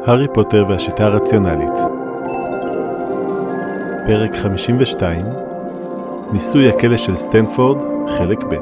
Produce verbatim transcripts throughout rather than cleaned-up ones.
הארי פוטר והשיטה הרציונלית. פרק חמישים ושתיים, ניסוי הכלא של סטנפורד, חלק ב'.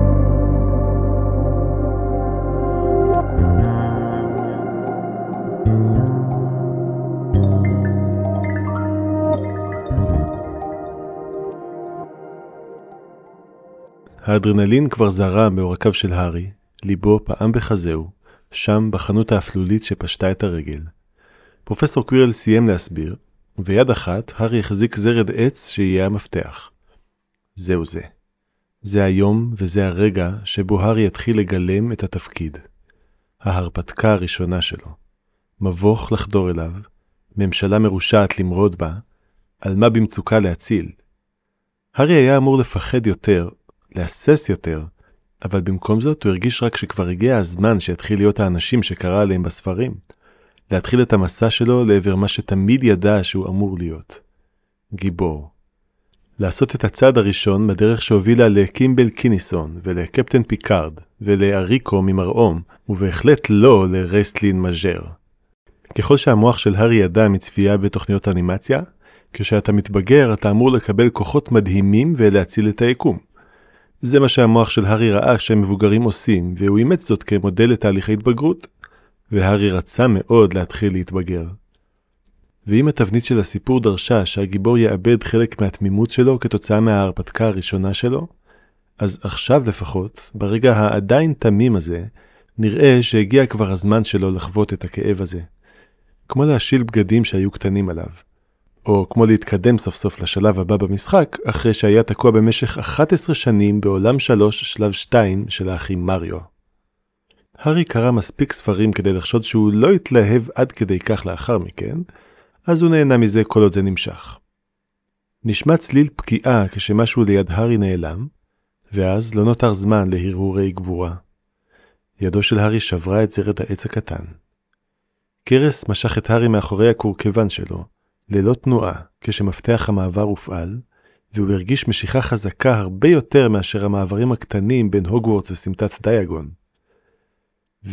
האדרנלין כבר זרם בעורקיו של הארי, ליבו פעם בחזהו, שם בחנות האפלולית שפשטה את הרגל. פרופסור קווירל סיים להסביר, וביד אחת הארי החזיק זרד עץ שיהיה המפתח. זהו זה. זה היום וזה הרגע שבו הארי יתחיל לגלם את התפקיד. ההרפתקה הראשונה שלו. מבוך לחדור אליו, ממשלה מרושעת למרוד בה, על מה במצוקה להציל. הארי היה אמור לפחד יותר, להסס יותר, אבל במקום זאת הוא הרגיש רק שכבר הגיע הזמן שיתחיל להיות האנשים שקרא עליהם בספרים, להתחיל את המסע שלו לעבר מה שתמיד ידע שהוא אמור להיות. גיבור. לעשות את הצעד הראשון בדרך שהובילה לקימבל קיניסון ולקפטן פיקארד ולאריקו ממרעום, ובהחלט לא לרסטלין מז'ר. ככל שהמוח של הארי ידע מצפייה בתוכניות אנימציה, כשאתה מתבגר אתה אמור לקבל כוחות מדהימים ולהציל את היקום. זה מה שהמוח של הארי ראה שהמבוגרים עושים, והוא אימץ זאת כמודל לתהליך ההתבגרות, והארי רצה מאוד להתחיל להתבגר. ואם התבנית של הסיפור דרשה שהגיבור יאבד חלק מהתמימות שלו כתוצאה מההרפתקה הראשונה שלו, אז עכשיו לפחות, ברגע העדיין תמים הזה, נראה שהגיע כבר הזמן שלו לחוות את הכאב הזה. כמו להשיל בגדים שהיו קטנים עליו. או כמו להתקדם סוף סוף לשלב הבא במשחק, אחרי שהיה תקוע במשך אחת עשרה שנים בעולם שלוש שלב שתיים של האחים מריו. הארי קרא מספיק ספרים כדי לחשוד שהוא לא יתלהב עד כדי כך לאחר מכן, אז הוא נהנה מזה כל עוד זה נמשך. נשמע צליל פקיעה כשמשהו ליד הארי נעלם, ואז לא נותר זמן להרהורי גבורה. ידו של הארי שברה את זרד העץ הקטן. קרס משך את הארי מאחורי הקורקבן שלו, ללא תנועה, כשמפתח המעבר הופעל, והוא הרגיש משיכה חזקה הרבה יותר מאשר המעברים הקטנים בין הוגוורטס וסמטת דייגון. ו...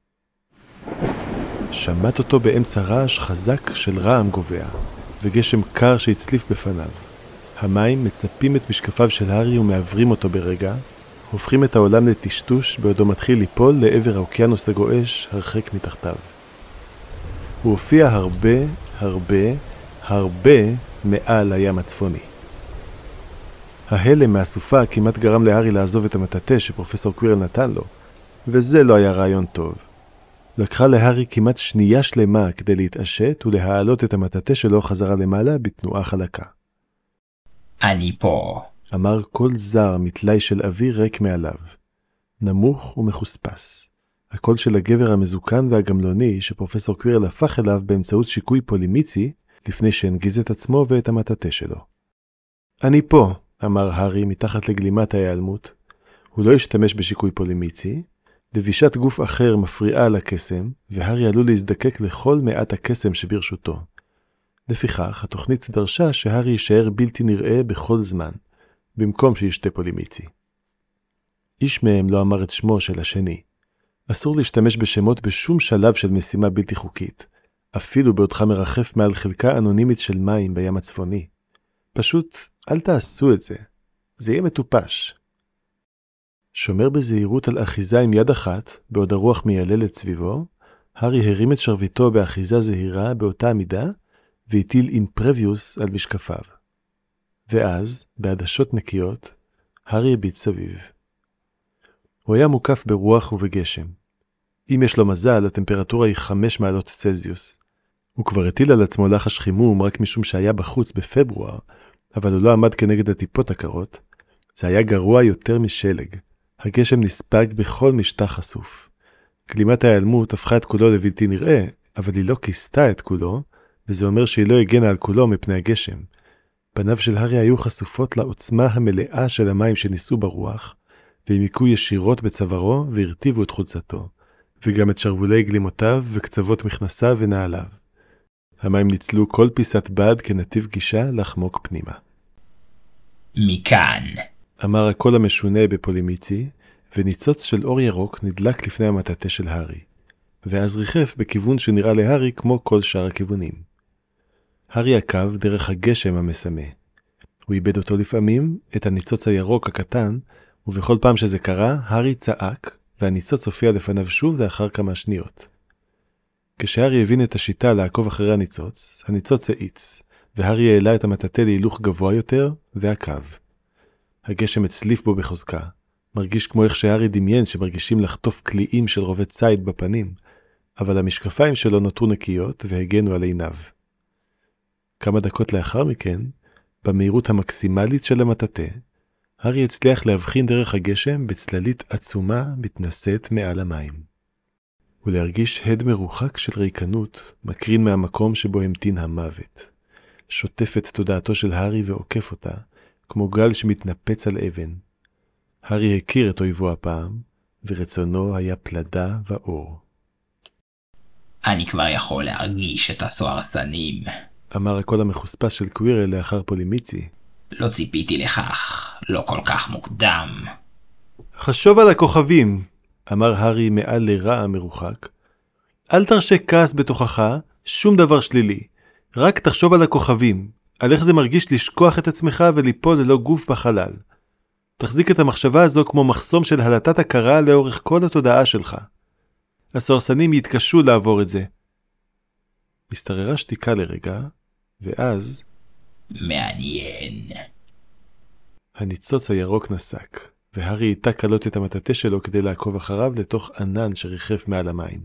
שמט אותו באמצע רעש חזק של רעם גובע, וגשם קר שהצליף בפניו. המים מצפים את משקפיו של הארי ומעברים אותו ברגע, הופכים את העולם לטשטוש בעודו מתחיל ליפול לעבר האוקיינוס הגועש הרחק מתחתיו. הוא הופיע הרבה, הרבה, הרבה מעל הים הצפוני. ההלם מהסופה כמעט גרם להארי לעזוב את המטאטה שפרופסור קווירל נתן לו, וזה לא היה רעיון טוב. לקחה להארי כמעט שנייה שלמה כדי להתעשת ולהעלות את המטאטה שלו חזרה למעלה בתנועה חלקה. אני פה. אמר קול זר מתלי של אוויר ריק מעליו. נמוך ומחוספס. הקול של הגבר המזוקן והגמלוני שפרופסור קווירל הפך אליו באמצעות שיקוי פולימיצי לפני שהנגיז את עצמו ואת המטאטה שלו. אני פה, אמר הארי מתחת לגלימת ההיעלמות. הוא לא השתמש בשיקוי פולימיצי. לבישת גוף אחר מפריעה על הקסם, והארי עלול להזדקק לכל מעט הקסם שברשותו. לפיכך, התוכנית דרשה שהארי יישאר בלתי נראה בכל זמן, במקום שישתה פולימיצי. איש מהם לא אמר את שמו של השני. אסור להשתמש בשמות בשום שלב של משימה בלתי חוקית, אפילו בעודך מרחף מעל חלקה אנונימית של מים בים הצפוני. פשוט אל תעשו את זה. זה יהיה מטופש. שומר בזהירות על אחיזה עם יד אחת, בעוד הרוח מייללת סביבו, הארי הרים את שרביטו באחיזה זהירה באותה עמידה, והטיל אימפרביוס על משקפיו. ואז, בעדשות נקיות, הארי הביט סביב. הוא היה מוקף ברוח ובגשם. אם יש לו מזל, הטמפרטורה היא חמש מעלות צלזיוס. הוא כבר הטיל על עצמו לחש חימום רק משום שהיה בחוץ בפברואר, אבל הוא לא עמד כנגד הטיפות הקרות. זה היה גרוע יותר משלג. הגשם נספג בכל משטח חשוף. גלימת ההיעלמות הפכה את כולו לבלתי נראה, אבל היא לא כיסתה את כולו, וזה אומר שהיא לא הגנה על כולו מפני הגשם. פניו של הארי היו חשופות לעוצמה המלאה של המים שניסו ברוח, והם עיקו ישירות בצווארו והרטיבו את חולצתו, וגם את שרוולי גלימותיו וקצוות מכנסיו ונעליו. המים ניצלו כל פיסת בד כנתיב גישה לחמוק פנימה. מכאן. אמר הקול המשונה בפולימיצי, וניצוץ של אור ירוק נדלק לפני המטאטה של הארי. ואז ריחף בכיוון שנראה להרי כמו כל שאר הכיוונים. הארי עקב דרך הגשם המסמה. הוא איבד אותו לפעמים, את הניצוץ הירוק הקטן, ובכל פעם שזה קרה, הארי צעק, והניצוץ הופיע לפניו שוב לאחר כמה שניות. כשהארי הבין את השיטה לעקוב אחרי הניצוץ, הניצוץ האיץ, והארי העלה את המטאטה להילוך גבוה יותר, ועקב. הגשם הצליף בו בחוזקה, מרגיש כמו איך שהארי דמיין שמרגישים לחטוף קליעים של רובה ציד בפנים, אבל המשקפיים שלו נותרו נקיות והגנו על עיניו. כמה דקות לאחר מכן, במהירות המקסימלית של המטאטה, הארי הצליח להבחין דרך הגשם בצללית עצומה מתנשאת מעל המים. ולהרגיש הד מרוחק של ריקנות מקרין מהמקום שבו המתין המוות. שוטף את תודעתו של הארי ועוקף אותה, כמו גל שמתנפץ על אבן. הארי הכיר את אויבו הפעם, ורצונו היה פלדה ואור. אני כבר יכול להרגיש את הסוהרסנים, אמר הקול המחוספס של קווירל לאחר פולימיצי. לא ציפיתי לכך, לא כל כך מוקדם. חשוב על הכוכבים, אמר הארי מעל לרע מרוחק. אל תרשה כעס בתוכך, שום דבר שלילי. רק תחשוב על הכוכבים, על איך זה מרגיש לשכוח את עצמך וליפול ללא גוף בחלל. תחזיק את המחשבה הזו כמו מחסום של הלטת הכרה לאורך כל התודעה שלך. הסוהרסנים יתקשו לעבור את זה. הסתררה שתיקה לרגע, ואז... מעניין. הניצוץ הירוק נסק, והארי איתה קלות את המטאטה שלו כדי לעקוב אחריו לתוך ענן שריחף מעל המים.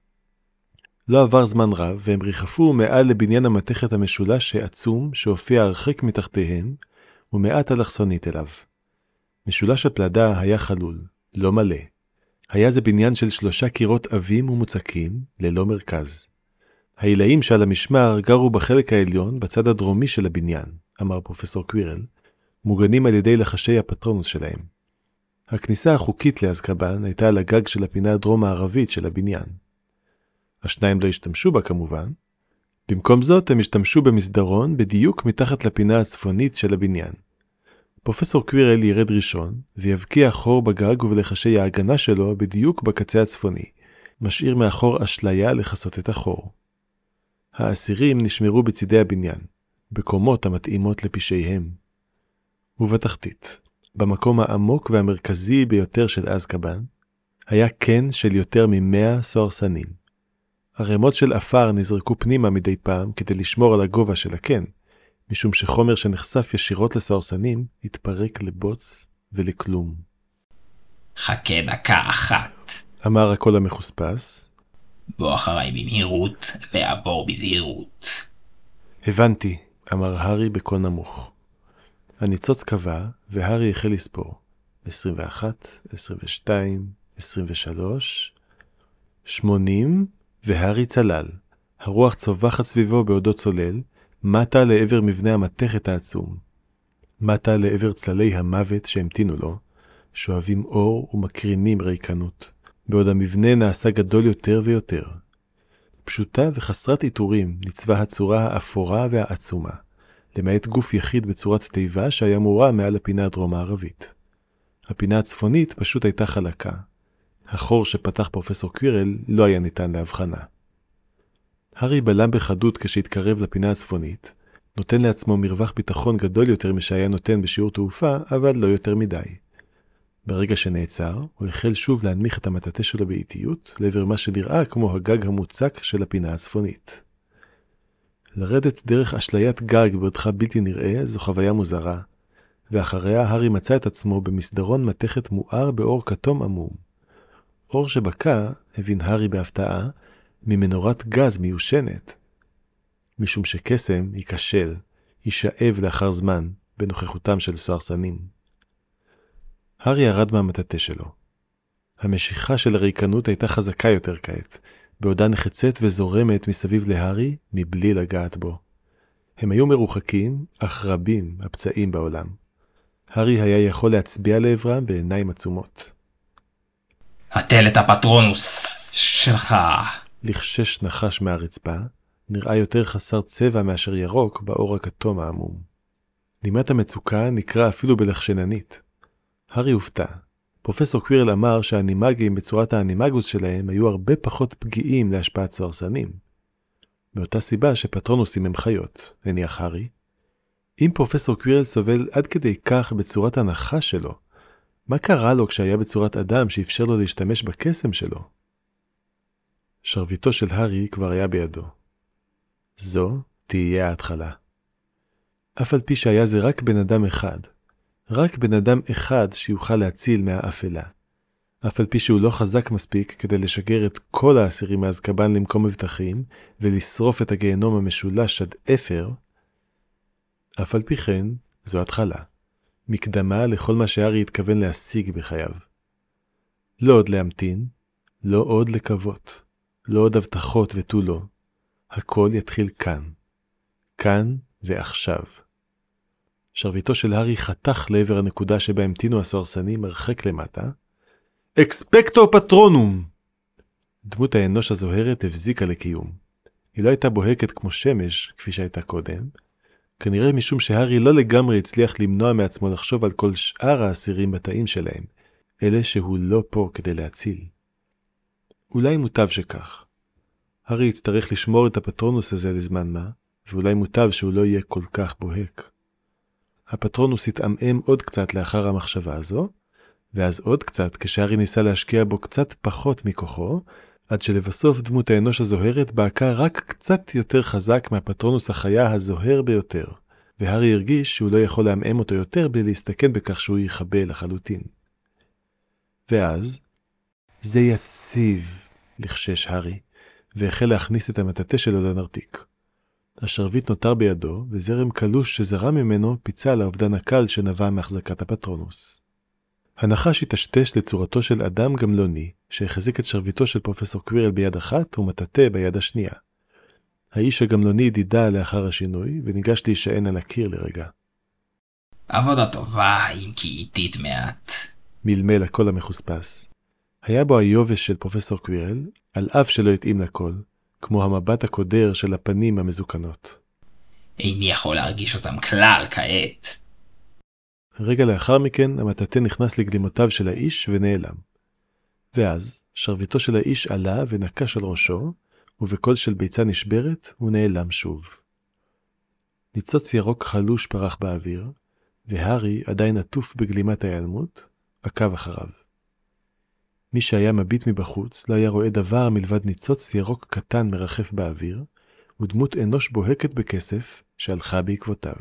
לא עבר זמן רב, והם ריחפו מעל לבניין המתכת המשולש העצום שהופיע הרחק מתחתיהם, ומעט אלכסונית אליו. משולש הפלדה היה חלול, לא מלא. היה זה בניין של שלושה קירות עבים ומוצקים, ללא מרכז. העילאים שעל המשמר גרו בחלק העליון בצד הדרומי של הבניין, אמר פרופסור קווירל, מוגנים על ידי לחשי הפטרונוס שלהם. הכניסה החוקית לאזקבאן הייתה על הגג של הפינה הדרום-מערבית של הבניין. השניים לא השתמשו בה כמובן. במקום זאת הם השתמשו במסדרון בדיוק מתחת לפינה הצפונית של הבניין. פרופסור קווירל ירד ראשון ויבקיע חור בגג ובלחשי ההגנה שלו בדיוק בקצה הצפוני, משאיר מאחור אשליה לחסות את החור. האסירים נשמרו בצידי הבניין, בקומות המתאימות לפשעיהם. ובתחתית, במקום העמוק והמרכזי ביותר של אזקבאן, היה קן של יותר ממאה סוהרסנים. הרמות של אפר נזרקו פנימה מדי פעם כדי לשמור על הגובה של הקן, משום שחומר שנחשף ישירות לסוהרסנים התפרק לבוץ ולכלום. חכה דקה אחת. אמר הקול המחוספס. בוא אחריי במהירות ועבור בזהירות. הבנתי, אמר הארי בקול נמוך. הניצוץ קבע, והארי החל לספור. עשרים ואחת, עשרים ושתיים, עשרים ושלוש, שמונים, והארי צלל. הרוח צובחת סביבו בעודו צולל, מטה לעבר מבנה המתכת העצום. מטה לעבר צללי המוות שהמתינו לו, שואבים אור ומקרינים ריקנות, בעוד המבנה נעשה גדול יותר ויותר. פשוטה וחסרת עיטורים ניצבה הצורה האפורה והעצומה, למעט גוף יחיד בצורת תיבה שהיה מורה מעל הפינה הדרום-מערבית. הפינה הצפונית פשוט הייתה חלקה. החור שפתח פרופסור קווירל לא היה ניתן להבחנה. הארי בלם בחדות כשהתקרב לפינה הצפונית, נותן לעצמו מרווח ביטחון גדול יותר משהיה נותן בשיעור תעופה, אבל לא יותר מדי. ברגע שנעצר, הוא החל שוב להנמיך את המטאטה שלו באיטיות, לעבר מה שנראה כמו הגג המוצק של הפינה הצפונית. לרדת דרך אשליית גג בעודך בלתי נראה זו חוויה מוזרה, ואחריה הארי מצא את עצמו במסדרון מתכת מואר באור כתום עמום. אור שבקע, הבין הארי בהפתעה, ממנורת גז מיושנת. משום שקסם ייכשל, יישאב לאחר זמן בנוכחותם של סוהרסנים. הארי ירד מהמטאטה שלו. המשיכה של הריקנות הייתה חזקה יותר כעת, בעודה נחצת וזורמת מסביב להארי מבלי לגעת בו. הם היו מרוחקים, אך רבים הפצעים בעולם. הארי היה יכול להצביע לעברם בעיניים עצומות. הטל את הפטרונוס שלך. לחשש נחש מהרצפה, נראה יותר חסר צבע מאשר ירוק באור הכתום העמום. נימת המצוקה נקרא אפילו בלחשננית. הארי הופתע. פרופסור קווירל אמר שהאנימגים בצורת האנימגוס שלהם היו הרבה פחות פגיעים להשפעת סוהרסנים. מאותה סיבה שפטרונוסים הם חיות, הניח הארי. אם פרופסור קווירל סובל עד כדי כך בצורת הנחה שלו, מה קרה לו כשהיה בצורת אדם שאפשר לו להשתמש בקסם שלו? שרביטו של הארי כבר היה בידו. זו תהיה ההתחלה. אף על פי שהיה זה רק בן אדם אחד, רק בן אדם אחד שיוכל להציל מהאפלה. אף על פי שהוא לא חזק מספיק כדי לשגר את כל האסירים מאזקבאן למקום מבטחים ולשרוף את הגיהנום המשולש עד אפר, אף על פי כן זו התחלה. מקדמה לכל מה שהארי התכוון להשיג בחייו. לא עוד להמתין, לא עוד לקוות, לא עוד הבטחות ותו לא. הכל יתחיל כאן. כאן ועכשיו. שרביטו של הארי חתך לעבר הנקודה שבה המתינו הסוהרסנים הרחק למטה. אקספקטו פטרונום! דמות האנוש הזוהרת הבזיקה לקיום. היא לא הייתה בוהקת כמו שמש, כפי שהייתה קודם, כנראה משום שהארי לא לגמרי הצליח למנוע מעצמו לחשוב על כל שאר האסירים בתאים שלהם, אלה שהוא לא פה כדי להציל. אולי מוטב שכך. הארי יצטרך לשמור את הפטרונוס הזה לזמן מה, ואולי מוטב שהוא לא יהיה כל כך בוהק. הפטרונוס התעמם עוד קצת לאחר המחשבה הזו, ואז עוד קצת כשהארי ניסה להשקיע בו קצת פחות מכוחו, עד שלבסוף דמות האנוש הזוהרת בעקה רק קצת יותר חזק מהפטרונוס החיה הזוהר ביותר, והארי הרגיש שהוא לא יכול להמאם אותו יותר בלי להסתכן בכך שהוא ייחבא לחלוטין. ואז, זה יציב, לחשש הארי, והחל להכניס את המטאטה שלו לנרתיק. השרביט נותר בידו, וזרם קלוש שזרם ממנו פיצה על האובדן הקל שנבע מהחזקת הפטרונוס. הנחש התשתש לצורתו של אדם גמלוני, שהחזיק את שרביטו של פרופסור קווירל ביד אחת ומטאטה ביד השנייה. האיש הגמלוני דידה לאחר השינוי, וניגש להישען על הקיר לרגע. עבודה טובה, אם כי איטית מעט. מלמל הקול המחוספס. היה בו היובש של פרופסור קווירל, על אף שלא התאים לקול, כמו המבט הקודר של הפנים המזוקנות. איני יכול להרגיש אותם כלל כעת. רגע לאחר מכן, המטאטה נכנס לגלימותיו של האיש ונעלם. ואז, שרביטו של האיש עלה ונקש על ראשו, ובקול של ביצה נשברת הוא נעלם שוב. ניצוץ ירוק חלוש פרח באוויר, והארי עדיין עטוף בגלימת ההיעלמות, עקב אחריו. מי שהיה מביט מבחוץ לא היה רואה דבר מלבד ניצוץ ירוק קטן מרחף באוויר, ודמות אנוש בוהקת בכסף שהלכה בעקבותיו.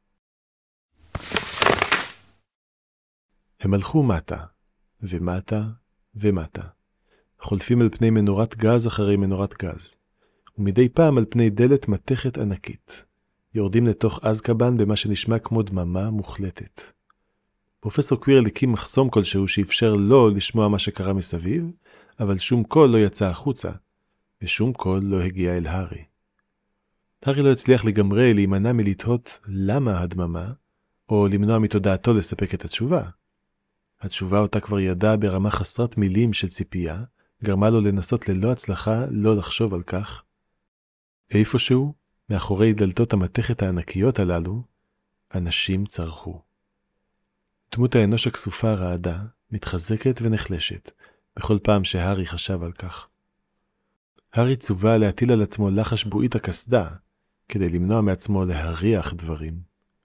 הם הלכו מטה, ומטה, ומטה. חולפים על פני מנורת גז אחרי מנורת גז, ומדי פעם על פני דלת מתכת ענקית. יורדים לתוך אזקבאן במה שנשמע כמו דממה מוחלטת. פרופסור קווירל הקים מחסום כלשהו שאפשר לו לשמוע מה שקרה מסביב, אבל שום קול לא יצא החוצה, ושום קול לא הגיע אל הארי. הארי לא הצליח לגמרי להימנע מלתהות למה הדממה, או למנוע מתודעתו לספק את התשובה. התשובה אותה כבר ידע ברמה חסרת מילים של ציפייה, גרמה לו לנסות ללא הצלחה לא לחשוב על כך. איפשהו, מאחורי דלתות המתכת הענקיות הללו, אנשים צרחו. דמות האנוש הכסופה רעדה, מתחזקת ונחלשת, בכל פעם שהארי חשב על כך. הארי צווה להטיל על עצמו לחש בועית הכסדה, כדי למנוע מעצמו להריח דברים.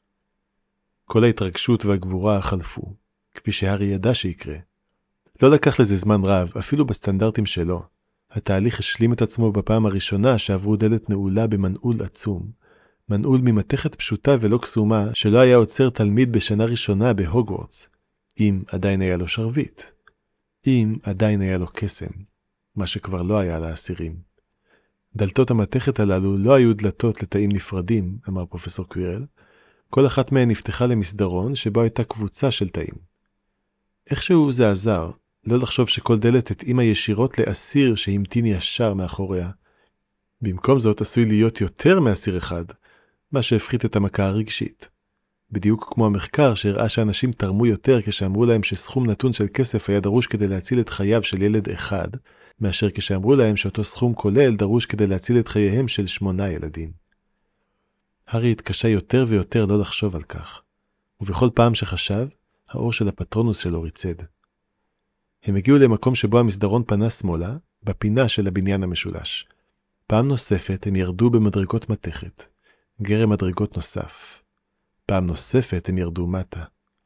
כל ההתרגשות והגבורה חלפו, כפי שהארי ידע שיקרה. לא לקח לזה זמן רב, אפילו בסטנדרטים שלו. התהליך השלים את עצמו בפעם הראשונה שעברו דלת נעולה במנעול עצום, מנעול ממתכת פשוטה ולא קסומה שלא היה עוצר תלמיד בשנה ראשונה בהוגוורטס, אם עדיין היה לו שרביט, אם עדיין היה לו קסם, מה שכבר לא היה לאסירים. דלתות המתכת הללו לא היו דלתות לתאים נפרדים, אמר פרופסור קווירל, כל אחת מהן נפתחה למסדרון שבו הייתה קבוצה של תאים. איכשהו זה עזר, לא לחשוב שכל דלת התאימה ישירות לאסיר שהמתין ישר מאחוריה. במקום זאת עשוי להיות יותר מאסיר אחד, מה שהפחית את המכה הרגשית. בדיוק כמו המחקר שהראה שאנשים תרמו יותר כשאמרו להם שסכום נתון של כסף היה דרוש כדי להציל את חייו של ילד אחד, מאשר כשאמרו להם שאותו סכום כולל דרוש כדי להציל את חייהם של שמונה ילדים. הארי התקשה יותר ויותר לא לחשוב על כך, ובכל פעם שחשב, האור של הפטרונוס שלו ריצד. הם הגיעו למקום שבו המסדרון פנה שמאלה, בפינה של הבניין המשולש. פעם נוספת הם ירדו במדרגות מתכת, גרם מדרגות נוסף. פעם נוספת הם ירדו מטה.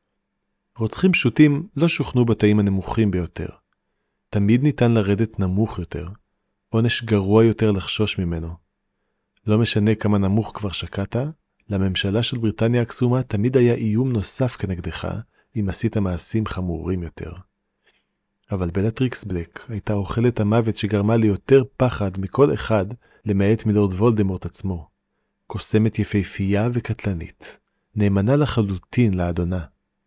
רוצחים פשוטים לא שוכנו בתאים הנמוכים ביותר. תמיד ניתן לרדת נמוך יותר, עונש גרוע יותר לחשוש ממנו. לא משנה כמה נמוך כבר שקעת, לממשלה של בריטניה הקסומה תמיד היה איום נוסף כנגדך, אם עשית מעשים חמורים יותר. אבל בלטריקס בלק הייתה אוכלת המוות שגרמה לי יותר פחד מכל אחד, למעט מלורד וולדמורט עצמו. קוסמת יפהפייה וקטלנית, נאמנה לחלוטין לאדונה.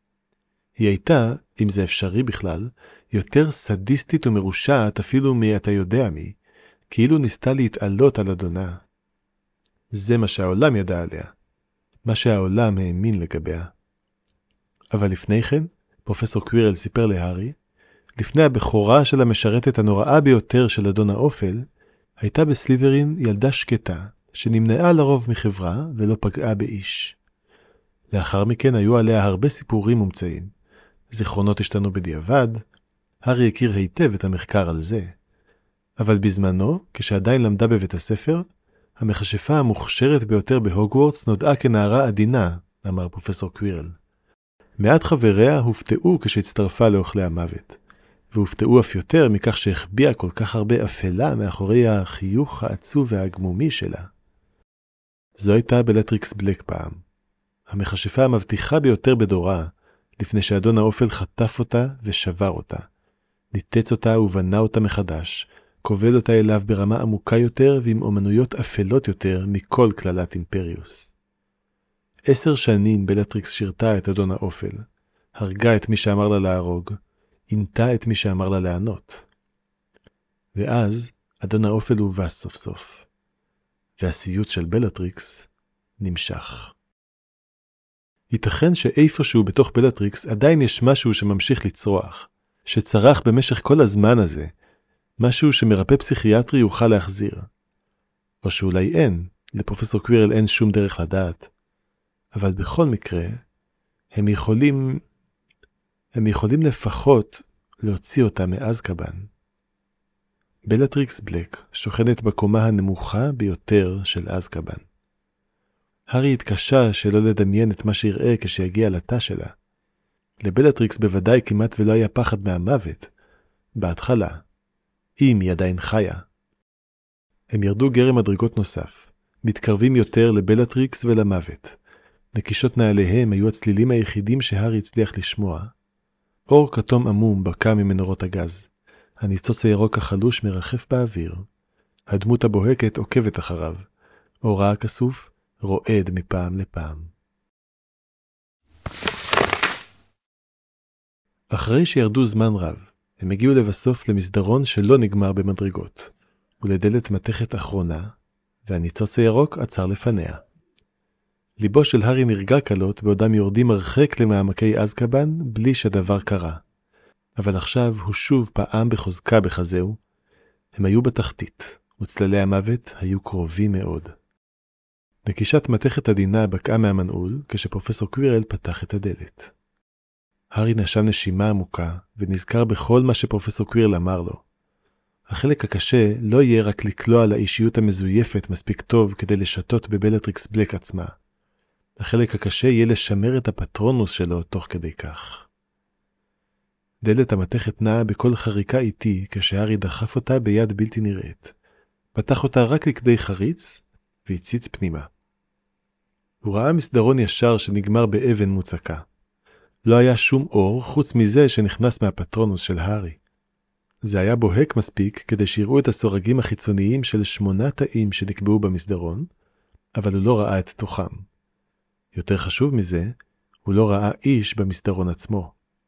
היא הייתה, אם זה אפשרי בכלל, יותר סדיסטית ומרושעת אפילו מי אתה יודע מי, כאילו ניסתה להתעלות על אדונה. זה מה שהעולם ידע עליה, מה שהעולם האמין לגביה. אבל לפני כן, פרופסור קווירל סיפר להארי, לפני הבכורה של המשרתת הנוראה ביותר של אדון האופל, הייתה בסלית'רין ילדה שקטה, שנמנעה לרוב מחברה ולא פגעה באיש. לאחר מכן היו עליה הרבה סיפורים מומצאים. זיכרונות השתנו בדיעבד, הארי הכיר היטב את המחקר על זה. אבל בזמנו, כשעדיין למדה בבית הספר, המכשפה המוכשרת ביותר בהוגוורטס נודעה כנערה עדינה, אמר פרופסור קווירל. מעט חבריה הופתעו כשהצטרפה לאוכלי המוות, והופתעו אף יותר מכך שהחביאה כל כך הרבה אפלה מאחורי החיוך העצוב והגמומי שלה. זו הייתה בלטריקס בלק פעם. המכשפה המבטיחה ביותר בדורה, לפני שאדון האופל חטף אותה ושבר אותה. ניתץ אותה ובנה אותה מחדש, כובל אותה אליו ברמה עמוקה יותר ועם אומנויות אפלות יותר מכל כללת אימפריוס. עשר שנים בלטריקס שירתה את אדון האופל, הרגה את מי שאמר לה להרוג, עינתה את מי שאמר לה לענות. ואז אדון האופל הובס סוף סוף, והסיוט של בלטריקס נמשך. ייתכן שאיפשהו בתוך בלטריקס עדיין יש משהו שממשיך לצרוח, שצרח במשך כל הזמן הזה, משהו שמרפא פסיכיאטרי יוכל להחזיר. או שאולי אין, לפרופסור קווירל אין שום דרך לדעת. אבל בכל מקרה, הם יכולים, הם יכולים לפחות להוציא אותה מאזקבאן. בלטריקס בלק שוכנת בקומה הנמוכה ביותר של אזקבאן. הארי התקשה שלא לדמיין את מה שיראה כשיגיע לתא שלה. לבלטריקס בוודאי כמעט ולא היה פחד מהמוות. בהתחלה, אם היא עדיין חיה. הם ירדו גרם מדרגות נוסף, מתקרבים יותר לבלטריקס ולמוות. נקישות נעליהם היו הצלילים היחידים שהארי הצליח לשמוע. אור כתום עמום בקע ממנורות הגז. הניצוץ הירוק החלוש מרחף באוויר. הדמות הבוהקת עוקבת אחריו. אורה הכסוף רועד מפעם לפעם. אחרי שירדו זמן רב, הם הגיעו לבסוף למסדרון שלא נגמר במדרגות, ולדלת מתכת אחרונה, והניצוץ הירוק עצר לפניה. ליבו של הארי נרגע קלות בעודם יורדים הרחק למעמקי אזקבאן בלי שדבר קרה. אבל עכשיו הוא שוב פעם בחוזקה בחזהו. הם היו בתחתית, וצללי המוות היו קרובים מאוד. נקישת מתכת עדינה בקעה מהמנעול כשפרופסור קווירל פתח את הדלת. הארי נשם נשימה עמוקה ונזכר בכל מה שפרופסור קווירל אמר לו. החלק הקשה לא יהיה רק לקלוע לאישיות המזויפת מספיק טוב כדי לשתות בבלטריקס בלק עצמה. החלק הקשה יהיה לשמר את הפטרונוס שלו תוך כדי כך. דלת המתכת נעה בכל חריקה איטי כשהארי דחף אותה ביד בלתי נראית. פתח אותה רק לכדי חריץ והציץ פנימה. הוא ראה מסדרון ישר שנגמר באבן מוצקה. לא היה שום אור חוץ מזה שנכנס מהפטרונוס של הארי. זה היה בוהק מספיק כדי שיראו את הסורגים החיצוניים של שמונה תאים שנקבעו במסדרון, אבל הוא לא ראה את תוכם. יותר חשוב מזה, הוא לא ראה איש במסדרון עצמו.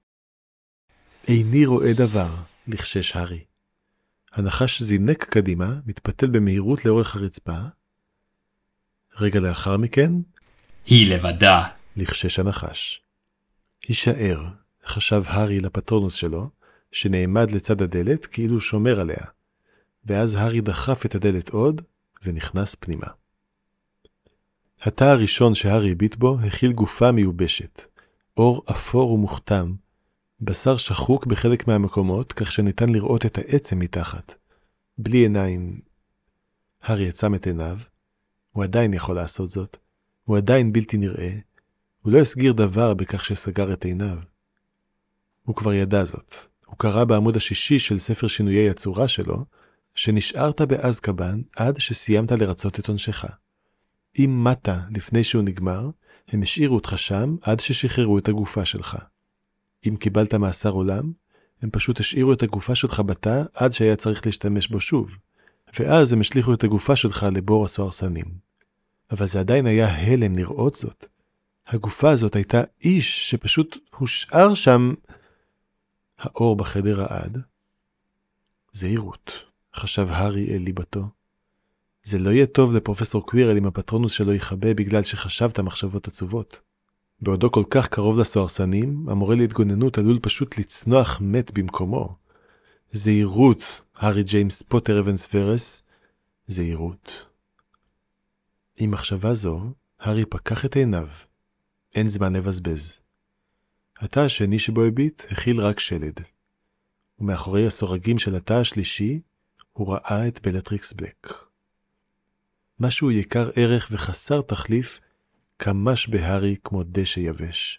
איני רואה דבר, לחשש הארי. הנחש זינק קדימה, מתפתל במהירות לאורך הרצפה. רגע לאחר מכן, היא לבדה, לחשש הנחש. הישאר, חשב הארי לפטרונוס שלו, שנעמד לצד הדלת כאילו שומר עליה, ואז הארי דחף את הדלת עוד ונכנס פנימה. התא הראשון שהארי הביט בו הכיל גופה מיובשת, אור אפור ומוכתם, בשר שחוק בחלק מהמקומות, כך שניתן לראות את העצם מתחת. בלי עיניים. הארי עצם את עיניו. הוא עדיין יכול לעשות זאת. הוא עדיין בלתי נראה. הוא לא הסגיר דבר בכך שסגר את עיניו. הוא כבר ידע זאת. הוא קרא בעמוד השישי של ספר שינויי הצורה שלו, שנשארת באזקבאן עד שסיימת לרצות את עונשך. אם מתה לפני שהוא נגמר, הם השאירו אותך שם עד ששחררו את הגופה שלך. אם קיבלת מאסר עולם, הם פשוט השאירו את הגופה שלך בתא עד שהיה צריך להשתמש בו שוב, ואז הם השליחו את הגופה שלך לבור הסוהרסנים. אבל זה עדיין היה הלם לראות זאת. הגופה הזאת הייתה איש שפשוט הושאר שם. האור בחדר רעד. זהירות, חשב הארי אל ליבתו. זה לא יהיה טוב לפרופסור קווירל אם הפטרונוס שלו יחבא בגלל שחשבת מחשבות עצובות. בעודו כל כך קרוב לסוהרסנים, המורה להתגוננות עלול פשוט לצנוח מת במקומו. זהירות, הארי ג'יימס פוטר אבנס ורס, זהירות. עם מחשבה זו, הארי פקח את עיניו. אין זמן לבזבז. התא השני שבו הביט הכיל רק שלד. ומאחורי הסורגים של התא השלישי, הוא ראה את בלטריקס בלק. משהו יקר ערך וחסר תחליף, כמש בהארי כמו דשא יבש.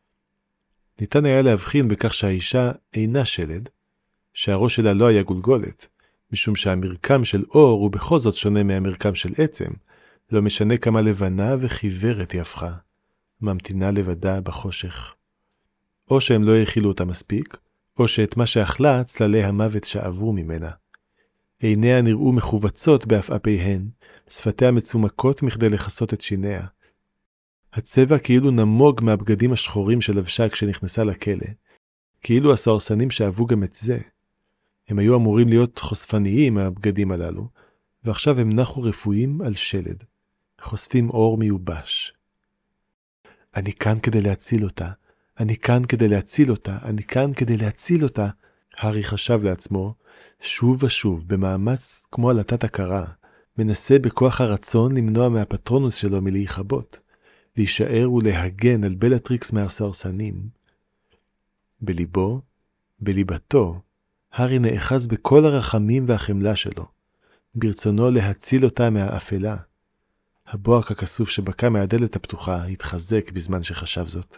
ניתן היה להבחין בכך שהאישה אינה שלד, שהראש שלה לא היה גולגולת, משום שהמרקם של אור הוא בכל זאת שונה מהמרקם של עצם, לא משנה כמה לבנה וחיוורת היא הפכה, ממתינה לבדה בחושך. או שהם לא הכילו אותה מספיק, או שאת מה שאכלה צללי המוות שאבו ממנה. עיניה נראו מחובצות באפאפיהן, שפתיה מצומקות מכדי לחסות את שיניה. הצבע כאילו נמוג מהבגדים השחורים שלבשה כשנכנסה לכלא, כאילו הסוהרסנים שאהבו גם את זה. הם היו אמורים להיות חושפניים מהבגדים הללו, ועכשיו הם נחו רפואים על שלד, חושפים אור מיובש. אני כאן כדי להציל אותה, אני כאן כדי להציל אותה, אני כאן כדי להציל אותה. הארי חשב לעצמו, שוב ושוב, במאמץ כמו על התת הכרה, מנסה בכוח הרצון למנוע מהפטרונוס שלו מלהיחבות, להישאר ולהגן על בלטריקס מהסוהרסנים. בליבו, בליבתו, הארי נאחז בכל הרחמים והחמלה שלו, ברצונו להציל אותה מהאפלה. הבוהק הכסוף שבקע מהדלת הפתוחה התחזק בזמן שחשב זאת.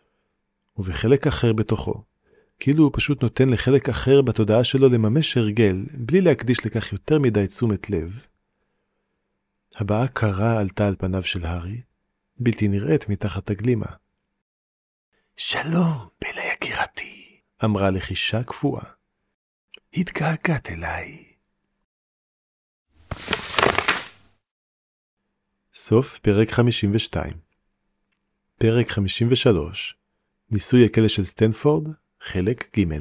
ובחלק אחר בתוכו, כאילו הוא פשוט נותן לחלק אחר בתודעה שלו לממש הרגל, בלי להקדיש לכך יותר מדי תשומת לב. הבאה קרה עלתה על פניו של הארי, בלתי נראית מתחת הגלימה. שלום, בלה יקירתי, אמרה לחישה כפועה. התגעגעת אליי. סוף פרק חמישים ושתיים. פרק חמישים ושלוש. ניסוי הכלא של סטנפורד, חלק ג'.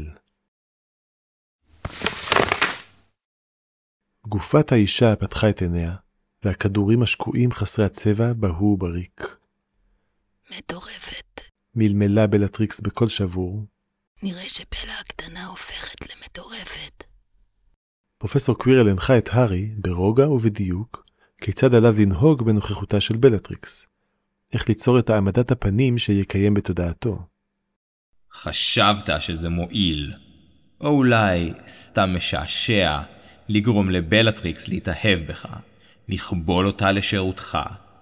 גופת האישה פתחה את עיניה, והכדורים השקועים חסרי הצבע בהו בריק. מטורפת. מלמלה בלטריקס בכל שבור. נראה שבלה הקטנה הופכת למטורפת. פרופסור קווירל הנחה את הארי, ברוגע ובדיוק, כיצד עליו לנהוג בנוכחותה של בלטריקס. איך ליצור את העמדת הפנים שיקיים בתודעתו. חשבת שזה מועיל, או אולי סתם משעשע, לגרום לבלטריקס להתאהב בך, לכבול אותה לשירותך.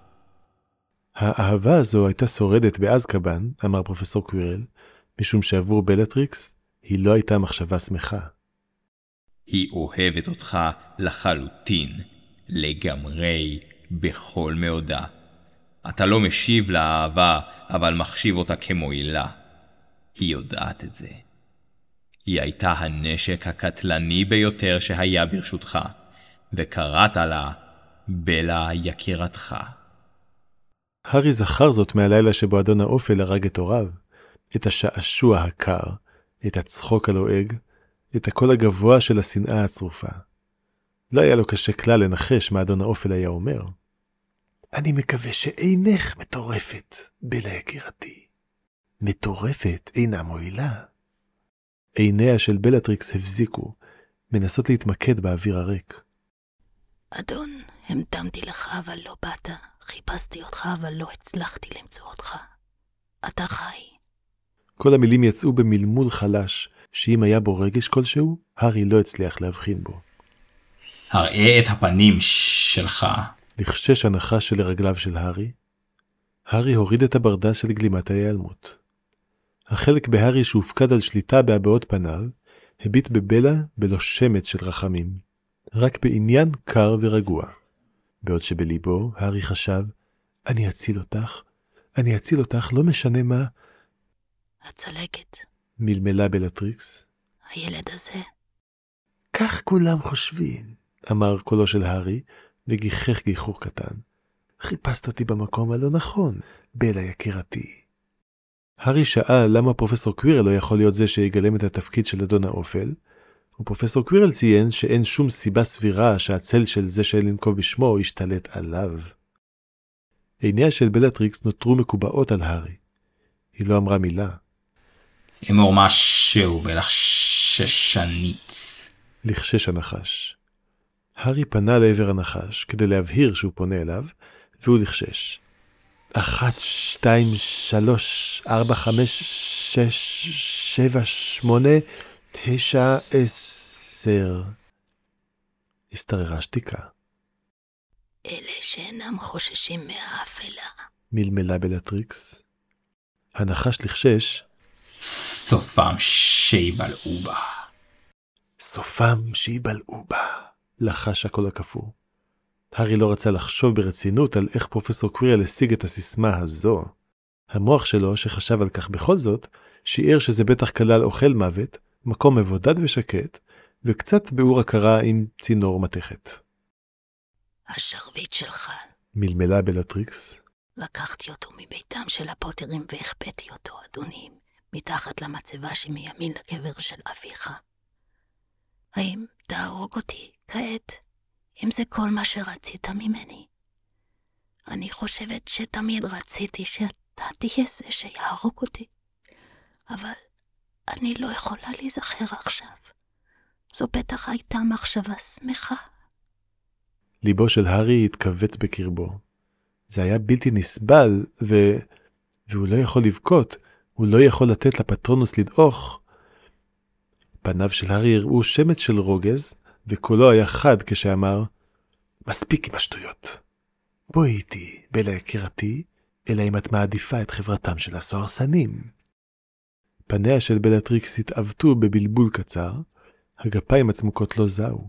האהבה הזו הייתה שורדת באזקבאן, אמר פרופסור קווירל, משום שעבור בלטריקס היא לא הייתה מחשבה שמחה. היא אוהבת אותך לחלוטין, לגמרי, בכל מאודה. אתה לא משיב לאהבה, אבל מחשיב אותה כמועילה. היא יודעת את זה. היא הייתה הנשק הקטלני ביותר שהיה ברשותך, וקראת לה בלה יקירתך. הארי זכר זאת מהלילה שבו אדון האופל הרג את הוריו, את השעשוע הקר, את הצחוק הלועג, את הקול הגבוה של השנאה הצרופה. לא היה לו קשה כלל לנחש מה אדון האופל היה אומר. אני מקווה שאינך מטורפת, בלה יקירתי. מטורפת אינה מועילה. עיניה של בלטריקס הבזיקו, מנסות להתמקד באוויר הריק. אדון, המתמתי לך אבל לא באת. חיפשתי אותך אבל לא הצלחתי למצוא אותך. אתה חי. כל המילים יצאו במלמול חלש, שאם היה בו רגש כלשהו, הארי לא הצליח להבחין בו. הראה את הפנים שלך. לחשש הנחש שלרגליו של הארי. הארי הוריד את הברדס של גלימת ההיעלמות. החלק בהארי שהופקד על שליטה בהבעות פניו, הביט בבלה בלא שמץ של רחמים, רק בעניין קר ורגוע. בעוד שבליבו, הארי חשב, אני אציל אותך, אני אציל אותך, לא משנה מה. הצלקת. מלמלה בלטריקס. הילד הזה. כך כולם חושבים, אמר קולו של הארי, וגיחך גיחוך קטן. חיפשת אותי במקום הלא נכון, בלה יקירתי. הארי שאל למה פרופסור קווירל לא יכול להיות זה שיגלם את התפקיד של אדון האופל, ופרופסור קווירל ציין שאין שום סיבה סבירה שהצל של זה שאין לנקוב בשמו ישתלט עליו. עיניה של בלטריקס נותרו מקובעות על הארי. היא לא אמרה מילה. אמור משהו בלחששנית. לחשש הנחש. הארי פנה לעבר הנחש כדי להבהיר שהוא פונה אליו, והוא לחשש. אחת, שתיים, שלוש, ארבע, חמש, שש, שבע, שמונה, תשע, עשר. הסתררה שתיקה. אלה שאינם חוששים מהאפלה. מלמלה בלטריקס. הנחש לחשש. סופם שיבלעו בה. סופם שיבלעו בה. לחש הקול הקפוא. הארי לא רצה לחשוב ברצינות על איך פרופסור קווירל השיג את הסיסמה הזו. המוח שלו, שחשב על כך בכל זאת, שיער שזה בטח כלל אוכל מוות, מקום מבודד ושקט, וקצת באור הכרה עם צינור מתכת. השרביט שלך. מלמלה בלטריקס. לקחתי אותו מביתם של הפוטרים והכפתי אותו, אדונים, מתחת למצבה שמימין לקבר של אביך. האם תהרוג אותי כעת? אם זה כל מה שרצית ממני. אני חושבת שתמיד רציתי שאתה תהיה זה שיהרוג אותי. אבל אני לא יכולה להיזכר עכשיו. זו בטח הייתה מחשבה שמחה. ליבו של הארי התכווץ בקרבו. זה היה בלתי נסבל, ו... והוא לא יכול לבכות, הוא לא יכול לתת לפטרונוס לדעוך. פניו של הארי הראו שמץ של רוגז, וקולו היה חד כשאמר, מספיק עם השטויות. בואי איתי, בלה יקירתי, אלא אם את מעדיפה את חברתם של הסוהרסנים. פניה של בלטריקס התעוותו בבלבול קצר, הגפיים הצמוקות לא זהו.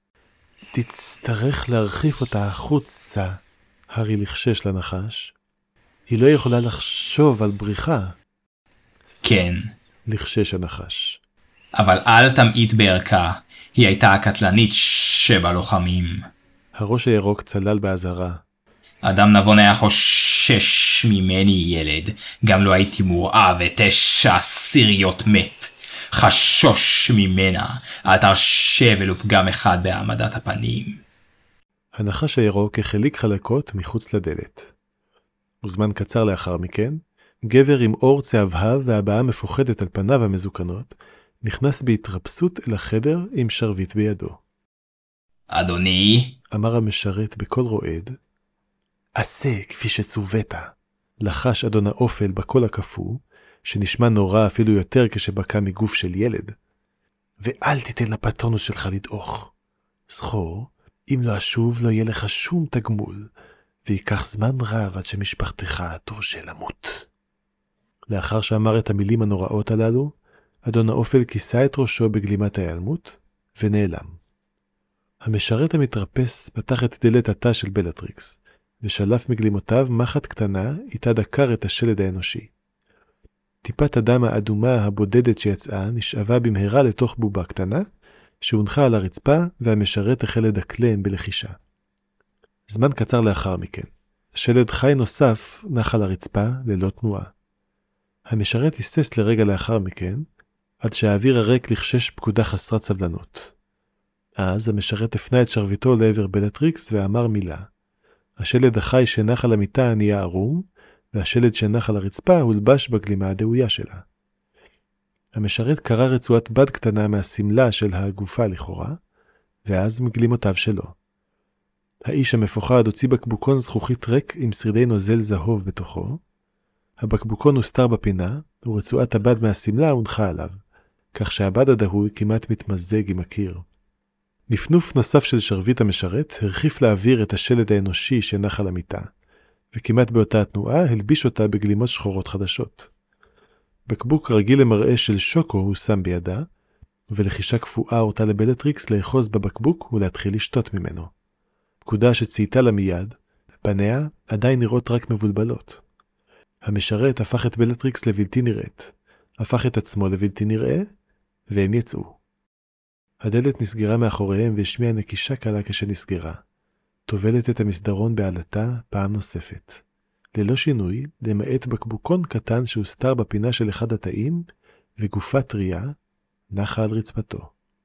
תצטרך להרחיף אותה החוצה, הארי לחשש לנחש. היא לא יכולה לחשוב על בריחה. כן. לחשש הנחש. אבל אל תמעיט בערכה, היא הייתה הקטלנית שבלוחמים. הראש הירוק צלל באזהרה. אדם נבון היה חושש ממני ילד, גם לא הייתי מוראה ותשע עשיריות מת. חשוש ממנה, אל תרשה ולו פגם אחד בהעמדת הפנים. הנחש הירוק החליק חלקות מחוץ לדלת. וזמן קצר לאחר מכן, גבר עם אור צהבהב והבעה מפוחדת על פניו המזוקנות, נכנס בהתרפסות אל החדר עם שרביט בידו. אדוני, אמר המשרת בקול רועד, עשה כפי שצוות. לחש אדון האופל בקול הקפוא, שנשמע נורא אפילו יותר כשבקע מגוף של ילד. ואל תיתן לפטרונוס שלך לדעוך. זכור, אם לא אשוב לא יהיה לך שום תגמול, ויקח זמן רב עד שמשפחתך תורשה למות. לאחר שאמר את המילים הנוראות הללו, אדון האופל כיסה את ראשו בגלימת ההיעלמות, ונעלם. המשרת המתרפס פתח את דלת התא של בלטריקס, ושלף מגלימותיו מחט קטנה איתה דקר את השלד האנושי. טיפת הדם האדומה הבודדת שיצאה נשאבה במהרה לתוך בובה קטנה, שהונחה על הרצפה והמשרת החל לדקלם בלחישה. זמן קצר לאחר מכן, השלד חי נוסף נח על הרצפה ללא תנועה. המשרת היסס לרגע לאחר מכן, עד שהאוויר הריק לחשש פקודה חסרת סבלנות. אז המשרת הפנה את שרביטו לעבר בלטריקס ואמר מילה. השלד החי שנח על המיטה נהיה ערום, והשלד שנח על הרצפה הולבש בגלימה הדאויה שלה. המשרת קרא רצועת בד קטנה מהסמלה של הגופה לכאורה, ואז מגלימותיו שלו. האיש המפוחד הוציא בקבוקון זכוכית ריק עם שרידי נוזל זהוב בתוכו, הבקבוקון הוסתר בפינה, ורצועת הבד מהסמלה הונחה עליו, כך שהבד הדהוי כמעט מתמזג עם הקיר. נפנוף נוסף של שרביט המשרת הרחיף לאוויר את השלד האנושי שנח על המיטה, וכמעט באותה התנועה הלביש אותה בגלימות שחורות חדשות. בקבוק רגיל למראה של שוקו הוא שם בידה, ולחישה כפועה הורתה לבלטריקס לאחוז בבקבוק ולהתחיל לשתות ממנו. פקודה שצייתה לה מיד, פניה עדיין נראות רק מבולבלות. המשרת הפך את בלטריקס לבלתי נראית, הפך את עצמו לבלתי נראה, והם יצאו. הדלת נסגרה מאחוריהם והשמיעה נקישה קלה כשנסגרה, תובלת את המסדרון בעלתה פעם נוספת. ללא שינוי, למעט בקבוקון קטן שהוסתר בפינה של אחד התאים, וגופה טריה נחה על רצפתו.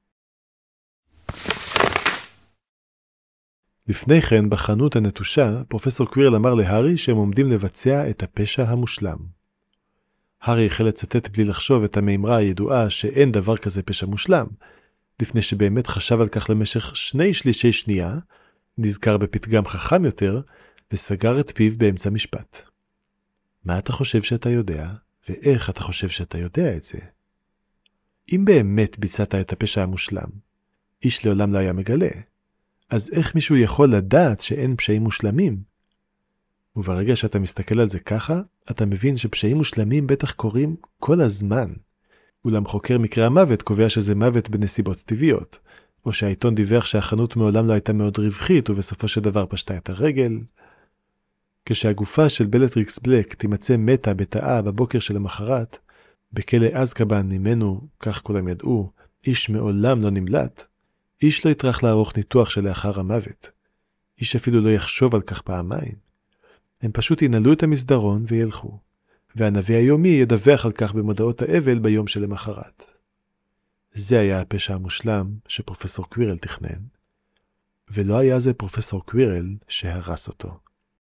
לפני כן, בחנות הנטושה, פרופסור קווירל אמר להרי שהם עומדים לבצע את הפשע המושלם. הארי החל לצטט בלי לחשוב את המימרה הידועה שאין דבר כזה פשע מושלם, לפני שבאמת חשב על כך למשך שני שלישי שנייה, נזכר בפתגם חכם יותר, וסגר את פיו באמצע משפט. מה אתה חושב שאתה יודע, ואיך אתה חושב שאתה יודע את זה? אם באמת ביצעת את הפשע המושלם, איש לעולם לא היה מגלה, אז איך מישהו יכול לדעת שאין פשעים מושלמים? וברגע שאתה מסתכל על זה ככה, אתה מבין שפשעים מושלמים בטח קורים כל הזמן. אולם חוקר מקרה המוות קובע שזה מוות בנסיבות טבעיות, או שהעיתון דיווח שהחנות מעולם לא הייתה מאוד רווחית ובסופו של דבר פשטה את הרגל. כשהגופה של בלטריקס בלק תימצא מתה בתאה בבוקר של המחרת, בכלא אזקבן ממנו, כך כולם ידעו, איש מעולם לא נמלט, איש לא יטרח לערוך ניתוח שלאחר המוות. איש אפילו לא יחשוב על כך פעמיים. הם פשוט ינעלו את המסדרון וילכו, והנביא היומי ידווח על כך במודעות האבל ביום שלמחרת. זה היה הפשע המושלם שפרופסור קווירל תכנן, ולא היה זה פרופסור קווירל שהרס אותו.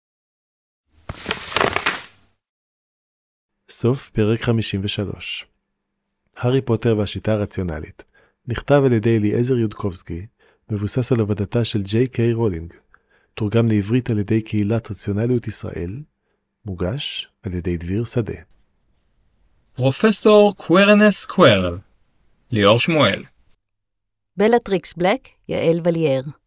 סוף פרק חמישים ושלוש. הארי פוטר והשיטה הרציונלית נכתב על ידי אליעזר יודקובסקי, מבוסס על עבודתה של ג'יי קיי רולינג, תורגם לעברית על ידי קהילת רציונליות ישראל, מוגש על ידי דביר שדה. פרופסור קווירנס קווירל, ליאור שמואל. בלטריקס בלק, יעל וליאר.